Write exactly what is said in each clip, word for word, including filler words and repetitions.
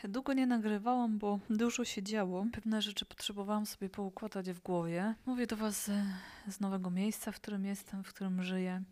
Długo nie nagrywałam, bo dużo się działo. Pewne rzeczy potrzebowałam sobie poukładać w głowie. Mówię do Was z, z nowego miejsca, w którym jestem, w którym żyję.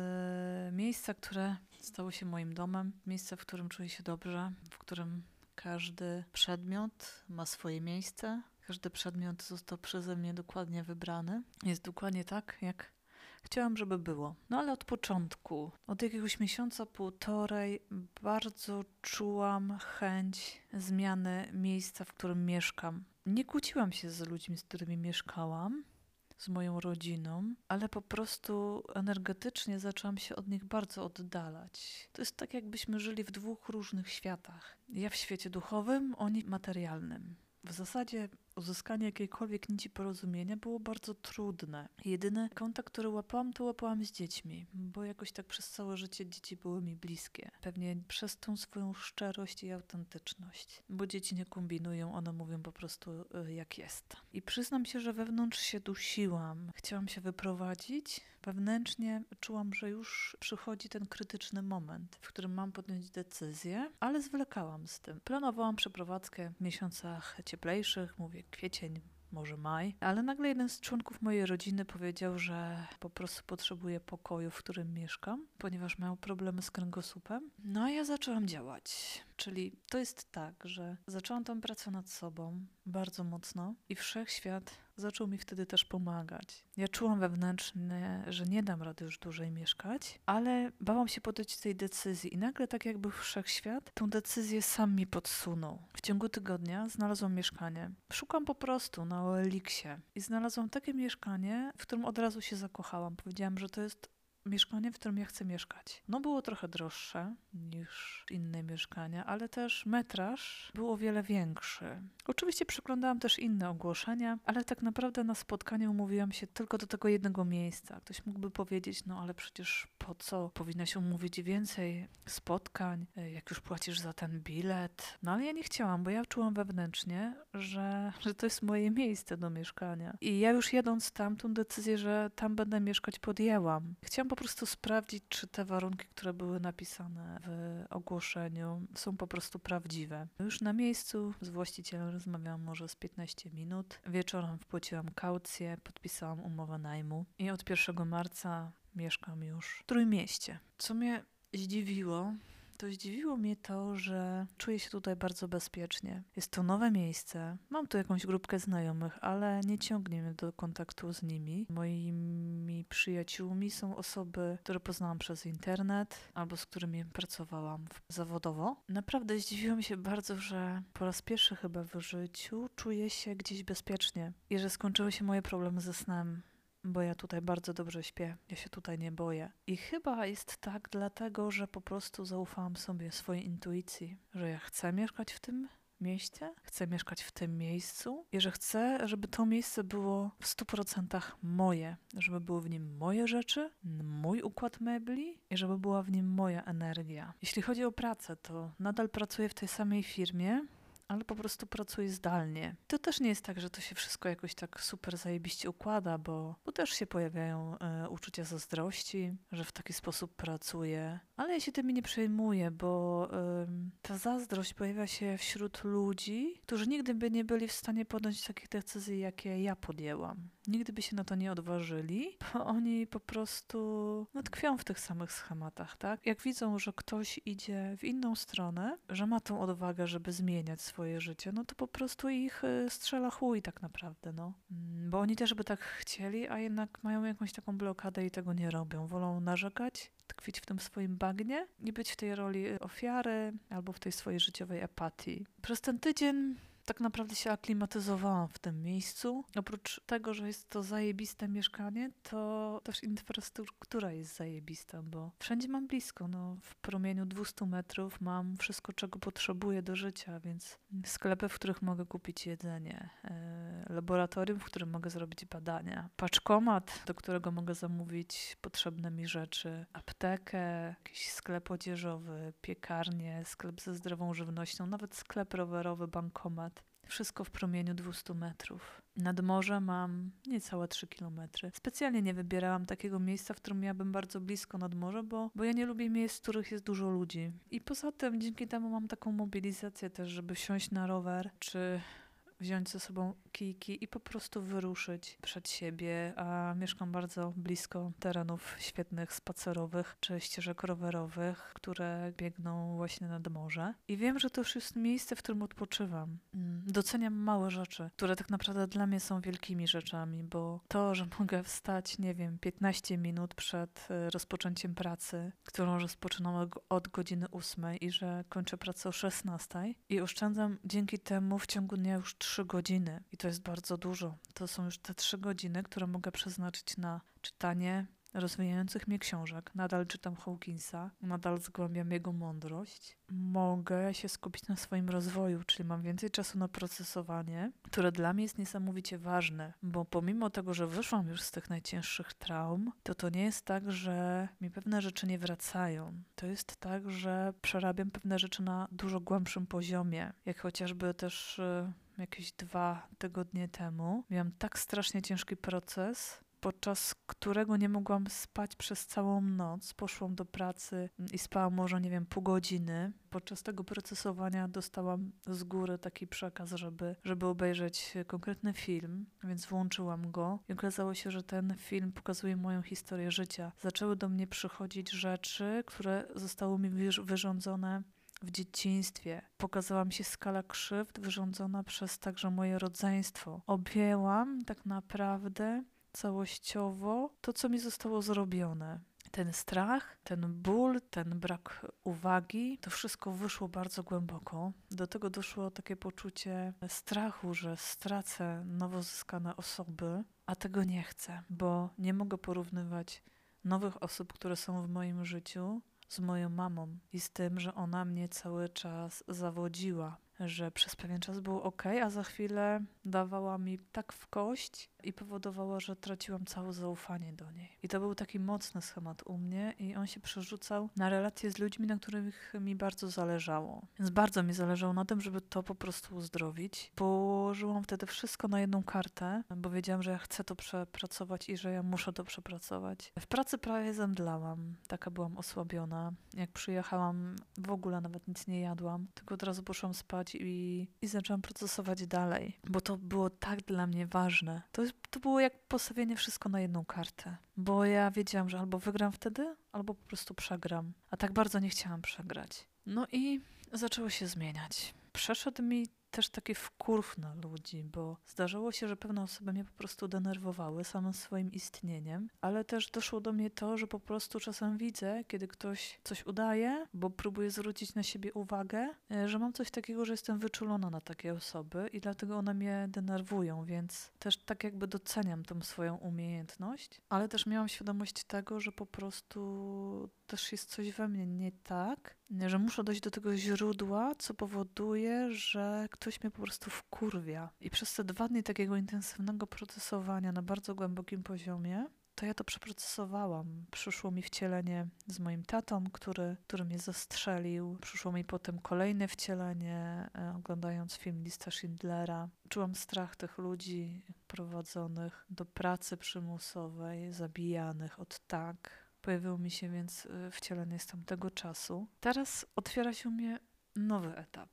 Z miejsca, które stało się moim domem. Miejsca, w którym czuję się dobrze, w którym każdy przedmiot ma swoje miejsce. Każdy przedmiot został przeze mnie dokładnie wybrany. Jest dokładnie tak, jak chciałam, żeby było. No ale od początku, od jakiegoś miesiąca, półtorej, bardzo czułam chęć zmiany miejsca, w którym mieszkam. Nie kłóciłam się z ludźmi, z którymi mieszkałam, z moją rodziną, ale po prostu energetycznie zaczęłam się od nich bardzo oddalać. To jest tak, jakbyśmy żyli w dwóch różnych światach. Ja w świecie duchowym, oni materialnym. W zasadzie uzyskanie jakiejkolwiek nici porozumienia było bardzo trudne. Jedyny kontakt, który łapałam, to łapałam z dziećmi, bo jakoś tak przez całe życie dzieci były mi bliskie. Pewnie przez tą swoją szczerość i autentyczność. Bo dzieci nie kombinują, one mówią po prostu y, jak jest. I przyznam się, że wewnątrz się dusiłam. Chciałam się wyprowadzić. Wewnętrznie czułam, że już przychodzi ten krytyczny moment, w którym mam podjąć decyzję, ale zwlekałam z tym. Planowałam przeprowadzkę w miesiącach cieplejszych, mówię kwiecień, może maj, ale nagle jeden z członków mojej rodziny powiedział, że po prostu potrzebuje pokoju, w którym mieszkam, ponieważ miał problemy z kręgosłupem. No a ja zaczęłam działać. Czyli to jest tak, że zaczęłam tę pracę nad sobą bardzo mocno i wszechświat zaczął mi wtedy też pomagać. Ja czułam wewnętrznie, że nie dam rady już dłużej mieszkać, ale bałam się podjąć tej decyzji i nagle tak jakby wszechświat tą decyzję sam mi podsunął. W ciągu tygodnia znalazłam mieszkanie. Szukam po prostu na O L X-ie i znalazłam takie mieszkanie, w którym od razu się zakochałam. Powiedziałam, że to jest mieszkanie, w którym ja chcę mieszkać. No było trochę droższe niż inne mieszkania, ale też metraż był o wiele większy. Oczywiście przeglądałam też inne ogłoszenia, ale tak naprawdę na spotkaniu umówiłam się tylko do tego jednego miejsca. Ktoś mógłby powiedzieć, no ale przecież po co powinnaś umówić więcej spotkań, jak już płacisz za ten bilet. No ale ja nie chciałam, bo ja czułam wewnętrznie, że, że to jest moje miejsce do mieszkania. I ja już jedąc tam, tą decyzję, że tam będę mieszkać, podjęłam. Chciałam po prostu sprawdzić, czy te warunki, które były napisane w ogłoszeniu, są po prostu prawdziwe. Już na miejscu z właścicielem rozmawiałam może z piętnaście minut. Wieczorem wpłaciłam kaucję, podpisałam umowę najmu i od pierwszego marca mieszkam już w Trójmieście. Co mnie zdziwiło, to zdziwiło mnie to, że czuję się tutaj bardzo bezpiecznie. Jest to nowe miejsce, mam tu jakąś grupkę znajomych, ale nie ciągnie mnie do kontaktu z nimi. Moimi przyjaciółmi są osoby, które poznałam przez internet albo z którymi pracowałam zawodowo. Naprawdę zdziwiłam się bardzo, że po raz pierwszy chyba w życiu czuję się gdzieś bezpiecznie i że skończyły się moje problemy ze snem. Bo ja tutaj bardzo dobrze śpię, ja się tutaj nie boję. I chyba jest tak dlatego, że po prostu zaufałam sobie, swojej intuicji, że ja chcę mieszkać w tym mieście, chcę mieszkać w tym miejscu i że chcę, żeby to miejsce było w stu procentach moje, żeby były w nim moje rzeczy, mój układ mebli i żeby była w nim moja energia. Jeśli chodzi o pracę, to nadal pracuję w tej samej firmie, ale po prostu pracuję zdalnie. To też nie jest tak, że to się wszystko jakoś tak super zajebiście układa, bo, bo też się pojawiają e, uczucia zazdrości, że w taki sposób pracuję. Ale ja się tymi nie przejmuję, bo e, ta zazdrość pojawia się wśród ludzi, którzy nigdy by nie byli w stanie podjąć takich decyzji, jakie ja podjęłam. Nigdy by się na to nie odważyli, bo oni po prostu no, tkwią w tych samych schematach, tak? Jak widzą, że ktoś idzie w inną stronę, że ma tą odwagę, żeby zmieniać swoje życie, no to po prostu ich y, strzela chuj tak naprawdę, no. Mm, Bo oni też by tak chcieli, a jednak mają jakąś taką blokadę i tego nie robią. Wolą narzekać, tkwić w tym swoim bagnie i być w tej roli ofiary albo w tej swojej życiowej apatii. Przez ten tydzień tak naprawdę się aklimatyzowałam w tym miejscu. Oprócz tego, że jest to zajebiste mieszkanie, to też infrastruktura jest zajebista, bo wszędzie mam blisko. No, w promieniu dwieście metrów mam wszystko, czego potrzebuję do życia, więc sklepy, w których mogę kupić jedzenie, e, laboratorium, w którym mogę zrobić badania, paczkomat, do którego mogę zamówić potrzebne mi rzeczy, aptekę, jakiś sklep odzieżowy, piekarnię, sklep ze zdrową żywnością, nawet sklep rowerowy, bankomat. Wszystko w promieniu dwieście metrów. Nad morze mam niecałe trzy kilometry. Specjalnie nie wybierałam takiego miejsca, w którym miałabym bardzo blisko nad morze, bo, bo ja nie lubię miejsc, w których jest dużo ludzi. I poza tym dzięki temu mam taką mobilizację też, żeby wsiąść na rower, czy wziąć ze sobą kijki i po prostu wyruszyć przed siebie, a mieszkam bardzo blisko terenów świetnych, spacerowych czy ścieżek rowerowych, które biegną właśnie nad morze. I wiem, że to już jest miejsce, w którym odpoczywam. Doceniam małe rzeczy, które tak naprawdę dla mnie są wielkimi rzeczami, bo to, że mogę wstać, nie wiem, piętnaście minut przed rozpoczęciem pracy, którą rozpoczynam od godziny ósmej i że kończę pracę o szesnastej i oszczędzam dzięki temu w ciągu dnia już trzy godziny. I to jest bardzo dużo. To są już te trzy godziny, które mogę przeznaczyć na czytanie rozwijających mnie książek. Nadal czytam Hawkinsa, nadal zgłębiam jego mądrość. Mogę się skupić na swoim rozwoju, czyli mam więcej czasu na procesowanie, które dla mnie jest niesamowicie ważne, bo pomimo tego, że wyszłam już z tych najcięższych traum, to to nie jest tak, że mi pewne rzeczy nie wracają. To jest tak, że przerabiam pewne rzeczy na dużo głębszym poziomie, jak chociażby też y, jakieś dwa tygodnie temu. Miałam tak strasznie ciężki proces, podczas którego nie mogłam spać przez całą noc. Poszłam do pracy i spałam może, nie wiem, pół godziny. Podczas tego procesowania dostałam z góry taki przekaz, żeby, żeby obejrzeć konkretny film, więc włączyłam go i okazało się, że ten film pokazuje moją historię życia. Zaczęły do mnie przychodzić rzeczy, które zostały mi wyrządzone w dzieciństwie. Pokazała mi się skala krzywd wyrządzona przez także moje rodzeństwo. Objęłam tak naprawdę całościowo to, co mi zostało zrobione. Ten strach, ten ból, ten brak uwagi, to wszystko wyszło bardzo głęboko. Do tego doszło takie poczucie strachu, że stracę nowo zyskane osoby, a tego nie chcę, bo nie mogę porównywać nowych osób, które są w moim życiu, z moją mamą i z tym, że ona mnie cały czas zawodziła, że przez pewien czas było ok, a za chwilę dawała mi tak w kość i powodowała, że traciłam całe zaufanie do niej. I to był taki mocny schemat u mnie i on się przerzucał na relacje z ludźmi, na których mi bardzo zależało. Więc bardzo mi zależało na tym, żeby to po prostu uzdrowić. Położyłam wtedy wszystko na jedną kartę, bo wiedziałam, że ja chcę to przepracować i że ja muszę to przepracować. W pracy prawie zemdlałam. Taka byłam osłabiona. Jak przyjechałam, w ogóle nawet nic nie jadłam, tylko od razu poszłam spać i, i zaczęłam procesować dalej, bo to było tak dla mnie ważne. To, jest, to było jak postawienie wszystko na jedną kartę, bo ja wiedziałam, że albo wygram wtedy, albo po prostu przegram, a tak bardzo nie chciałam przegrać. No i zaczęło się zmieniać. Przeszedł mi też taki wkurw na ludzi, bo zdarzyło się, że pewne osoby mnie po prostu denerwowały samym swoim istnieniem, ale też doszło do mnie to, że po prostu czasem widzę, kiedy ktoś coś udaje, bo próbuje zwrócić na siebie uwagę, że mam coś takiego, że jestem wyczulona na takie osoby i dlatego one mnie denerwują, więc też tak jakby doceniam tą swoją umiejętność, ale też miałam świadomość tego, że po prostu też jest coś we mnie nie tak, że muszę dojść do tego źródła, co powoduje, że ktoś mnie po prostu wkurwia. I przez te dwa dni takiego intensywnego procesowania na bardzo głębokim poziomie, to ja to przeprocesowałam. Przyszło mi wcielenie z moim tatą, który, który mnie zastrzelił. Przyszło mi potem kolejne wcielenie, e, oglądając film Lista Schindlera. Czułam strach tych ludzi prowadzonych do pracy przymusowej, zabijanych od tak. Pojawiło mi się więc wcielenie z tamtego czasu. Teraz otwiera się u mnie nowy etap,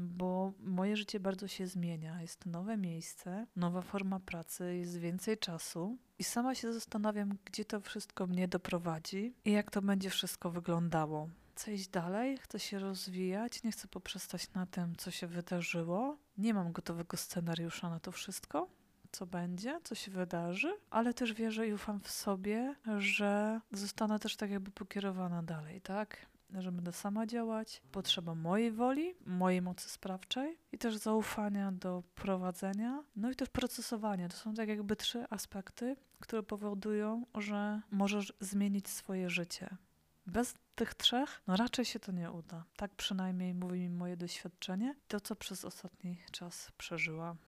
bo moje życie bardzo się zmienia. Jest nowe miejsce, nowa forma pracy, jest więcej czasu i sama się zastanawiam, gdzie to wszystko mnie doprowadzi i jak to będzie wszystko wyglądało. Chcę iść dalej, chcę się rozwijać, nie chcę poprzestać na tym, co się wydarzyło. Nie mam gotowego scenariusza na to wszystko, co będzie, co się wydarzy, ale też wierzę i ufam w sobie, że zostanę też tak jakby pokierowana dalej, tak? Że będę sama działać. Potrzeba mojej woli, mojej mocy sprawczej i też zaufania do prowadzenia, no i też procesowania. To są tak jakby trzy aspekty, które powodują, że możesz zmienić swoje życie. Bez tych trzech, no raczej się to nie uda. Tak przynajmniej mówi mi moje doświadczenie, to co przez ostatni czas przeżyłam.